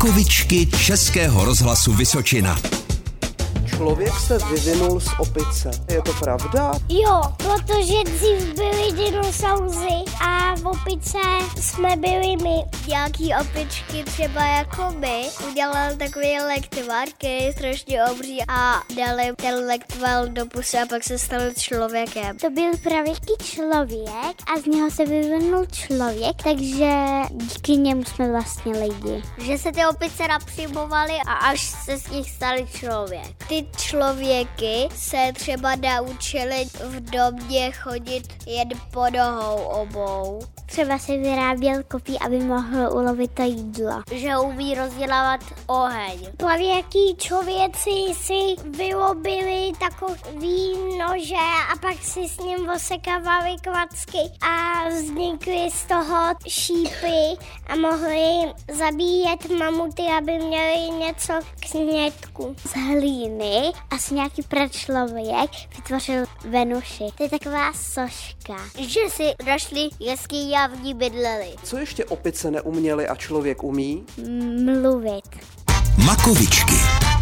Makovičky Českého rozhlasu Vysočina. Člověk se vyvinul z opice. Je to pravda? Jo, protože dřív byly dinosauři a v opice jsme byli my. Nějaký opičky třeba jako my udělal takový lektvar, který je strašně obří a dali ten lektvar do pusy a pak se stal člověkem. To byl pravěký člověk a z něho se vyvinul člověk, takže díky němu jsme vlastně lidi. Že se ty opice napřimovaly a až se z nich stali člověk. Ty člověky se třeba naučili v domě chodit jen po nohou obou. Třeba se vyráběl kopí, aby mohl ulovit to jídlo. Že umí rozdělávat oheň. Plavěký člověci si vyrobili takový nože a pak si s ním osekávali klacky a vznikly z toho šípy a mohli zabíjet mamuty, aby měli něco k snědku. Z hlíny asi nějaký pračlověk vytvořil Venuši. To je taková soška. Že si našli jeskyně a v ní bydleli. Co ještě opice neuměly a člověk umí? Mluvit. Makovičky.